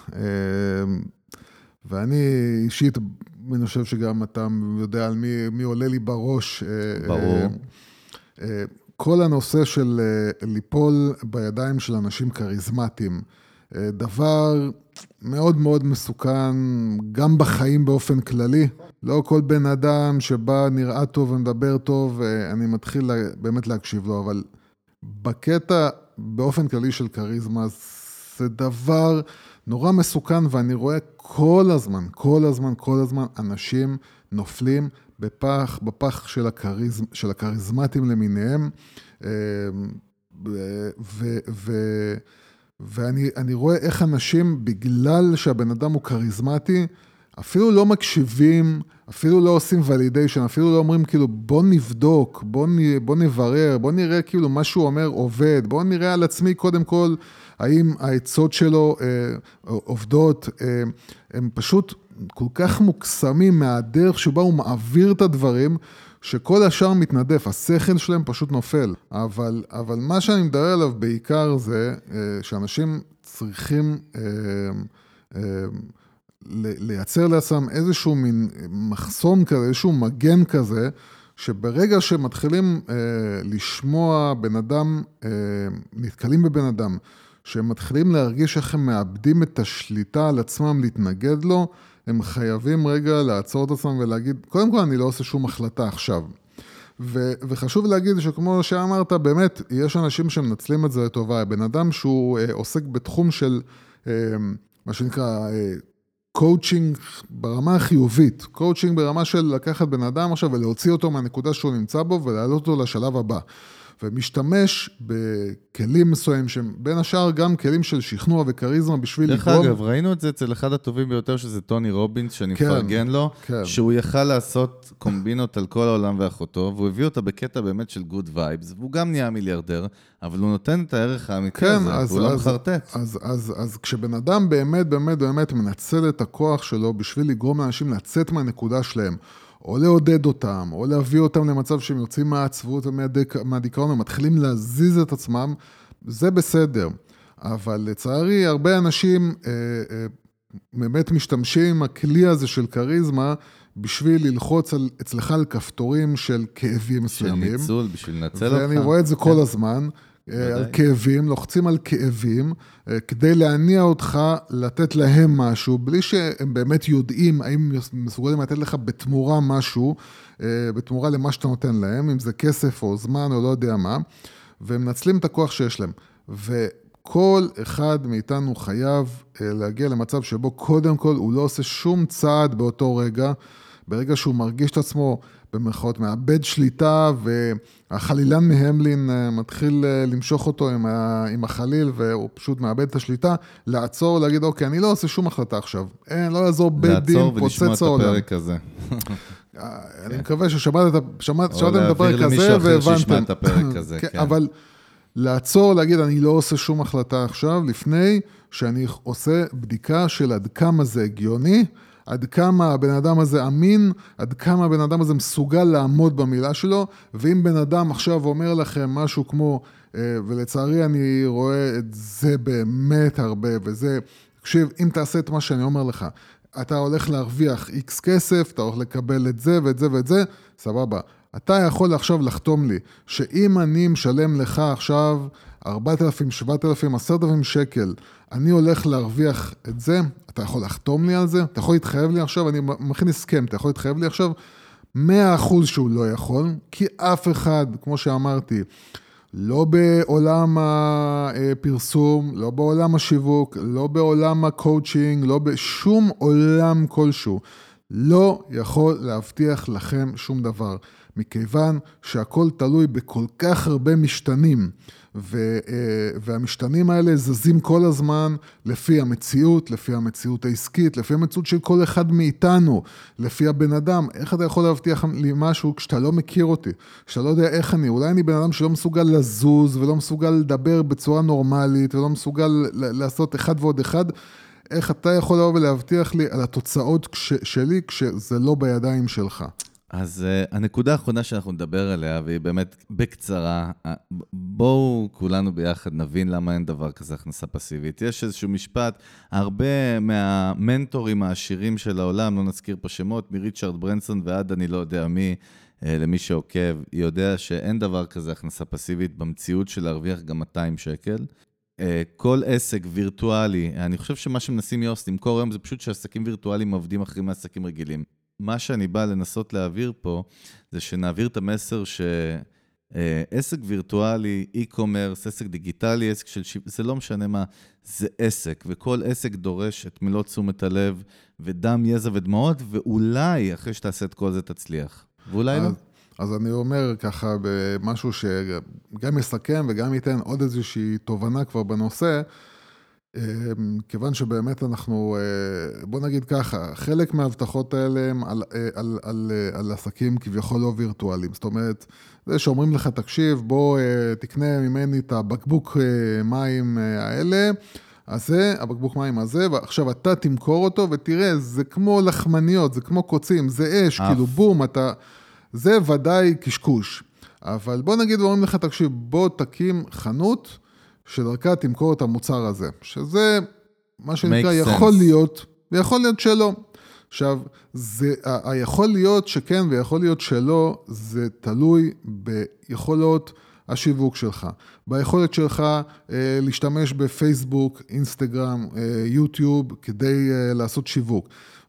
ואני אישית, אני חושב שגם אתה יודע על מי, מי עולה לי בראש.
ברור.
כל הנושא של ליפול בידיים של אנשים קריזמטיים, דבר מאוד מאוד מסוכן, גם בחיים באופן כללי. לא כל בן אדם שבא נראה טוב ומדבר טוב, אני מתחיל באמת להקשיב לו, אבל בקטע באופן כללי של קריזמה, זה דבר נורא מסוכן, ואני רואה כל הזמן, כל הזמן, כל הזמן, אנשים נופלים בפח, בפח של הקריז, של הקריזמטים למיניהם, ו, ו, ואני, אני רואה איך אנשים, בגלל שהבן אדם הוא קריזמטי, אפילו לא מקשיבים, אפילו לא עושים ולידיישן, אפילו לא אומרים כאילו בוא נבדוק, בוא, נ, בוא נברר, בוא נראה כאילו מה שהוא אומר עובד, בוא נראה על עצמי קודם כל, האם העצות שלו אה, עובדות, אה, הם פשוט כל כך מוקסמים מהדרך שבה הוא מעביר את הדברים, שכל השאר מתנדף, השכל שלהם פשוט נופל. אבל, אבל מה שאני מדבר עליו בעיקר זה, אה, שאנשים צריכים אה, אה, לייצר לעצמם איזשהו מין מחסום כזה, איזשהו מגן כזה, שברגע שמתחילים אה, לשמוע בן אדם, אה, נתקלים בבן אדם, שהם מתחילים להרגיש איך הם מאבדים את השליטה על עצמם להתנגד לו, הם חייבים רגע לעצור את עצמם ולהגיד, קודם כל אני לא עושה שום החלטה עכשיו. ו- וחשוב להגיד שכמו שאמרת, באמת, יש אנשים שמנצלים את זה לטובה. בן אדם שהוא אה, עוסק בתחום של, אה, מה שנקרא, אה, קואוצ'ינג ברמה החיובית. קואוצ'ינג ברמה של לקחת בן אדם עכשיו ולהוציא אותו מהנקודה שהוא נמצא בו ולהעלות אותו לשלב הבא. ומשתמש בכלים מסוים שהם בין השאר גם כלים של שכנוע וקריזמה בשביל
לגרום. דרך אגב, ראינו את זה אצל אחד הטובים ביותר שזה טוני רובינס, שאני כן, מפרגן לו, כן. שהוא יכל לעשות קומבינות על כל העולם ואחותו, והוא הביא אותה בקטע באמת של גוד וייבס, והוא גם נהיה מיליארדר, אבל הוא נותן את הערך האמיתי כן, הזה, אז, והוא אז, לא מחרטט.
אז, אז, אז, אז כשבן אדם באמת באמת באמת מנצל את הכוח שלו בשביל לגרום לאנשים לצאת מהנקודה שלהם, או לעודד אותם, או להביא אותם למצב שהם יוצאים מהעצבות ומהדיכאון, ומתחילים להזיז את עצמם, זה בסדר. אבל לצערי, הרבה אנשים אה, אה, באמת משתמשים עם הכלי הזה של קריזמה, בשביל ללחוץ על, אצלך על כפתורים של כאבים מסוימים.
של ניצול, בשביל לנצל אותך.
ואני רואה את זה כל הזמן. על כאבים, לוחצים על כאבים, כדי להניע אותך לתת להם משהו, בלי שהם באמת יודעים האם מסוגלים לתת לך בתמורה משהו, בתמורה למה שאתה נותן להם, אם זה כסף או זמן או לא יודע מה, והם מנצלים את הכוח שיש להם. וכל אחד מאיתנו חייב להגיע למצב שבו קודם כל הוא לא עושה שום צעד באותו רגע, ברגע שהוא מרגיש את עצמו במרכאות מאבד שליטה, והחלילן מהמלין מתחיל למשוך אותו עם, ה, עם החליל, והוא פשוט מאבד את השליטה, לעצור, להגיד, אוקיי, אני לא עושה שום החלטה עכשיו. אין, לא יעזור בית דין, פוצץ העולם.
לעצור ולשמוע את הפרק הזה.
אני מקווה ששמעתם את הפרק הזה, והבנתם.
את הפרק הזה, כן.
אבל לעצור, להגיד, אני לא עושה שום החלטה עכשיו, לפני שאני עושה בדיקה של עד כמה זה הגיוני, עד כמה הבן אדם הזה אמין, עד כמה הבן אדם הזה מסוגל לעמוד במילה שלו, ואם בן אדם עכשיו אומר לכם משהו כמו, ולצערי אני רואה את זה באמת הרבה, וזה, תקשיב, אם תעשה את מה שאני אומר לך, אתה הולך להרוויח איקס כסף, אתה הולך לקבל את זה ואת זה ואת זה, סבבה. אתה יכול עכשיו לחתום לי, שאם אני משלם לך עכשיו ארבעת אלפים, שבעת אלפים, עשרת אלפים שקל, אני הולך להרוויח את זה, אתה יכול לחתום לי על זה, אתה יכול להתחייב לי עכשיו, אני מכין הסכם, אתה יכול להתחייב לי עכשיו, מאה אחוז שהוא לא יכול, כי אף אחד, כמו שאמרתי, לא בעולם הפרסום, לא בעולם השיווק, לא בעולם הקואוצ'ינג, לא בשום עולם כלשהו, לא יכול להבטיח לכם שום דבר, מכיוון שהכל תלוי בכל כך הרבה משתנים, והמשתנים האלה זזים כל הזמן לפי המציאות, לפי המציאות העסקית, לפי המציאות של כל אחד מאיתנו, לפי הבן אדם. איך אתה יכול להבטיח לי משהו כשאתה לא מכיר אותי, כשאתה לא יודע איך אני, אולי אני בן אדם שלא מסוגל לזוז, ולא מסוגל לדבר בצורה נורמלית, ולא מסוגל לעשות אחד ועוד אחד, איך אתה יכול לבוא ולהבטיח לי על התוצאות שלי, כשזה לא בידיים שלך?
אז uh, הנקודה האחרונה שאנחנו נדבר עליה, והיא באמת בקצרה, uh, בואו כולנו ביחד נבין למה אין דבר כזה הכנסה פסיבית. יש איזשהו משפט, הרבה מהמנטורים העשירים של העולם, לא נזכיר פה שמות, מריצ'רד ברנסון ועד אני לא יודע מי, uh, למי שעוקב, יודע שאין דבר כזה הכנסה פסיבית במציאות של להרוויח גם מאתיים שקל. Uh, כל עסק וירטואלי, אני חושב שמה שמנסים יוס למכור היום זה פשוט שעסקים וירטואליים עובדים אחרים מעסקים רגילים. מה שאני בא לנסות להעביר פה, זה שנעביר את המסר שעסק וירטואלי, אי-קומרס, עסק דיגיטלי, עסק של שיווק, זה לא משנה מה, זה עסק, וכל עסק דורש את מלוא תשומת הלב, ודם, יזע ודמעות, ואולי אחרי שתעשה את כל זה תצליח. ואולי
אז,
לא.
אז אני אומר ככה במשהו שגם יסכם וגם ייתן עוד איזושהי תובנה כבר בנושא, כיוון שבאמת אנחנו, בוא נגיד ככה, חלק מההבטחות האלה הם על, על, על, על עסקים כביכול לא וירטואליים. זאת אומרת, זה שאומרים לך, תקשיב, בוא תקנה ממני את הבקבוק מים האלה, אז זה, הבקבוק מים הזה, ועכשיו אתה תמכור אותו ותראה, זה כמו לחמניות, זה כמו קוצים, זה אש, כאילו בום, אתה, זה ודאי קשקוש. אבל בוא נגיד, ואומרים לך, תקשיב, בוא תקים חנות, שדרכה תמכור את המוצר הזה, שזה מה שנקרא יכול להיות, ויכול להיות שלא. עכשיו, זה, היכול להיות שכן ויכול להיות שלא, זה תלוי ביכולות השיווק שלך. ביכולת שלך אה, להשתמש בפייסבוק, אינסטגרם, אה, יוטיוב, כדי אה, לעשות שיווק.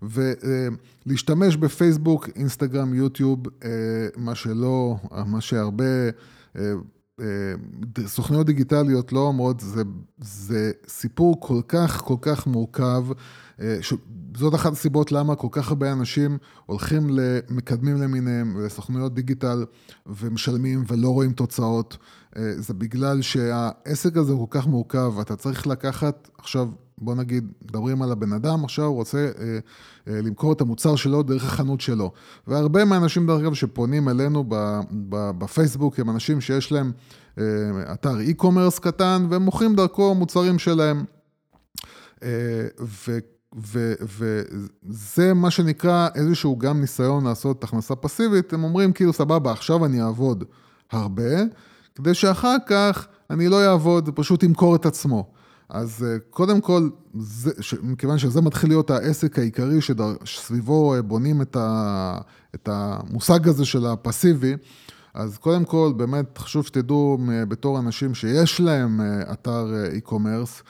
ולהשתמש בפייסבוק, אינסטגרם, יוטיוב, אה, מה שלא, מה שהרבה... אה, סוכניות דיגיטליות לא אומרות, זה, זה סיפור כל כך, כל כך מורכב, זאת אחת הסיבות למה כל כך הרבה אנשים הולכים למקדמים למיניהם ולסוכניות דיגיטל ומשלמים ולא רואים תוצאות, זה בגלל שהעסק הזה הוא כל כך מורכב, אתה צריך לקחת, עכשיו בוא נגיד, מדברים על הבן אדם, עכשיו הוא רוצה אה, אה, למכור את המוצר שלו דרך החנות שלו. והרבה מהאנשים דרך אגב שפונים אלינו ב, ב, בפייסבוק, הם אנשים שיש להם אה, אתר אי-קומרס קטן, והם מוכרים דרכו מוצרים שלהם. אה, ו, ו, וזה מה שנקרא איזשהו גם ניסיון לעשות הכנסה פסיבית, הם אומרים כאילו סבבה, עכשיו אני אעבוד הרבה, כדי שאחר כך אני לא אעבוד, פשוט אמכור את עצמו. אז קודם כל, זה, מכיוון שזה מתחיל להיות העסק העיקרי שסביבו בונים את, ה, את המושג הזה של הפסיבי, אז קודם כל באמת חשוב שתדעו בתור אנשים שיש להם אתר אי-קומרס,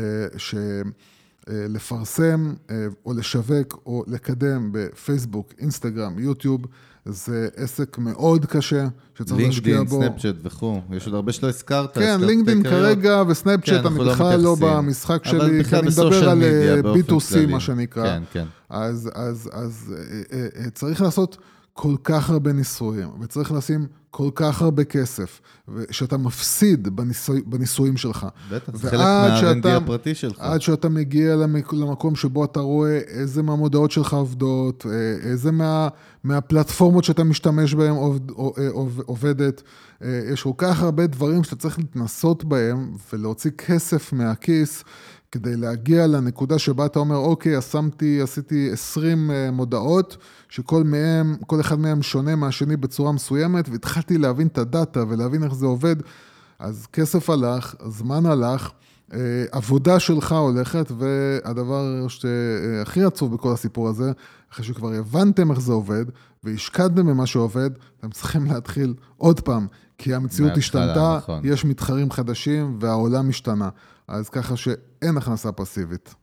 שלפרסם או לשווק או לקדם בפייסבוק, אינסטגרם, יוטיוב, זה עסק מאוד קשה, שצריך להשקיע בו.
לינקדין, סנאפצ'אט וכו', יש עוד הרבה שלא הזכרת.
כן, לינקדין כרגע וסנאפצ'אט, אני בכלל לא במשחק שלי, כי אני מדבר על בי טו סי, מה שנקרא.
כן, כן.
אז צריך לעשות כל כך הרבה ניסויים, וצריך לשים כל כך הרבה כסף, שאתה מפסיד בניסויים שלך.
בטח, זה חלק מה-אר אנד די הפרטי שלך.
עד שאתה מגיע למקום שבו אתה רואה איזה מהמודעות שלך עובדות, איזה מה, מהפלטפורמות שאתה משתמש בהן עובדת. יש כל כך הרבה דברים שאתה צריך להתנסות בהם, ולהוציא כסף מהכיס, כדי להגיע לנקודה שבה אתה אומר, אוקיי, שמתי, עשיתי עשרים מודעות, שכל מהם, כל אחד מהם שונה מהשני בצורה מסוימת, והתחלתי להבין את הדאטה ולהבין איך זה עובד, אז כסף הלך, זמן הלך, עבודה שלך הולכת, והדבר שהכי עצוב בכל הסיפור הזה, אחרי שכבר הבנתם איך זה עובד, והשקדתם במה שעובד, אתם צריכים להתחיל עוד פעם, כי המציאות השתנתה, נכון. יש מתחרים חדשים, והעולם משתנה. אז ככה שאין הכנסה פסיבית.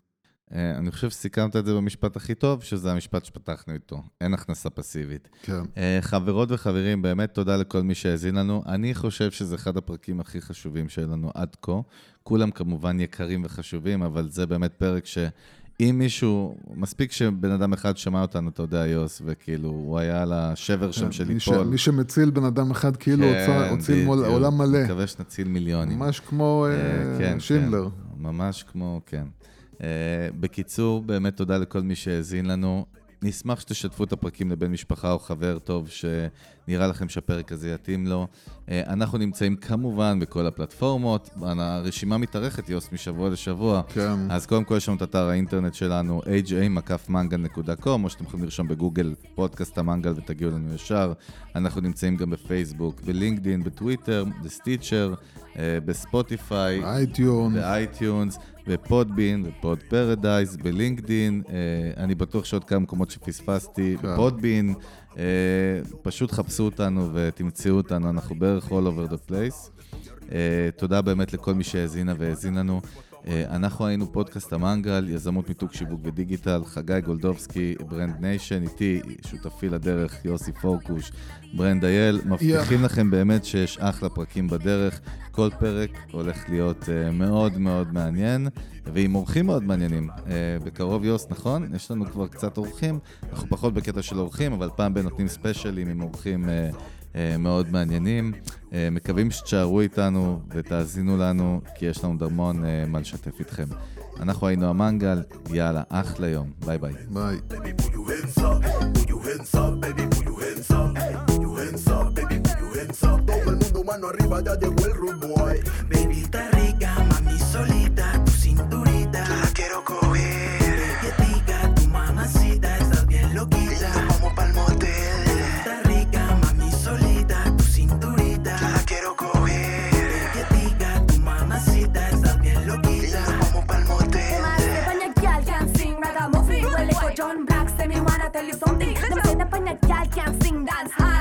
אני חושב שסיכמת את זה במשפט הכי טוב, שזה המשפט שפתחנו איתו. אין הכנסה פסיבית.
כן.
חברות וחברים, באמת תודה לכל מי שהזין לנו. אני חושב שזה אחד הפרקים הכי חשובים שלנו עד כה. כולם כמובן יקרים וחשובים, אבל זה באמת פרק שאם מישהו, מספיק שבן אדם אחד שמע אותנו, אתה יודע, יוס, וכאילו הוא היה על השבר שם של ליפול.
מי שמציל בן אדם אחד, כאילו הוציא עולם מלא.
אני מקווה שנציל מיליונים.
ממש כמו שינדלר.
ממש כמו, כן. בקיצור, באמת תודה לכל מי שהזין לנו. נשמח שתשתפו את הפרקים לבן משפחה או חבר טוב שנראה לכם שהפרק הזה יתאים לו. אנחנו נמצאים כמובן בכל הפלטפורמות, הרשימה מתארכת יוס משבוע לשבוע.
כן.
אז קודם כל יש לנו את אתר האינטרנט שלנו, אייץ' איי מקף מנגל נקודה קום, או שאתם יכולים לרשום בגוגל פודקאסט המנגל ותגיעו לנו ישר. אנחנו נמצאים גם בפייסבוק, בלינקדין, בטוויטר, בסטיצ'ר, בספוטיפיי,
באייטיונס,
באייטיונס, בפודבין, בפוד פרדייז, בלינקדין, אני בטוח שעוד כמה מקומות שפספסתי, בפודבין, פשוט חפשו אותנו ותמצאו אותנו, אנחנו בערך all over the place. תודה באמת לכל מי שהזינה והזין לנו. אנחנו היינו פודקאסט המנגל, יזמות מיתוג שיווק ודיגיטל, חגי גולדובסקי, ברנד ניישן, איתי, שותפי לדרך, יוסי פורקוש, ברנד אייל, מבטיחים yeah. לכם באמת שיש אחלה פרקים בדרך, כל פרק הולך להיות uh, מאוד מאוד מעניין, ועם אורחים מאוד מעניינים. Uh, בקרוב יוס, נכון? יש לנו כבר קצת אורחים, אנחנו פחות בקטע של אורחים, אבל פעם בין נותנים ספיישלים עם אורחים uh, uh, מאוד מעניינים. Uh, מקווים שתשארו איתנו ותאזינו לנו, כי יש לנו דרמון uh, מה לשתף איתכם. אנחנו היינו המנגל, יאללה, אחלה יום, ביי ביי.
ביי.
Mano arriba, ya llegó el rude boy. Baby, está rica, mami solita, tu cinturita. Yo la quiero coger. Quietita, tu mamacita, estás bien loquita. Y nos vamos pa'l motel. Baby, está rica, mami solita, tu cinturita. Yo la quiero coger. Quietita, tu mamacita, estás bien loquita. Y nos vamos pa'l motel.
Panya girl can sing ragamuffin. Well, John Black say me wanna tell you something. Them say the panya girl can sing dance hard.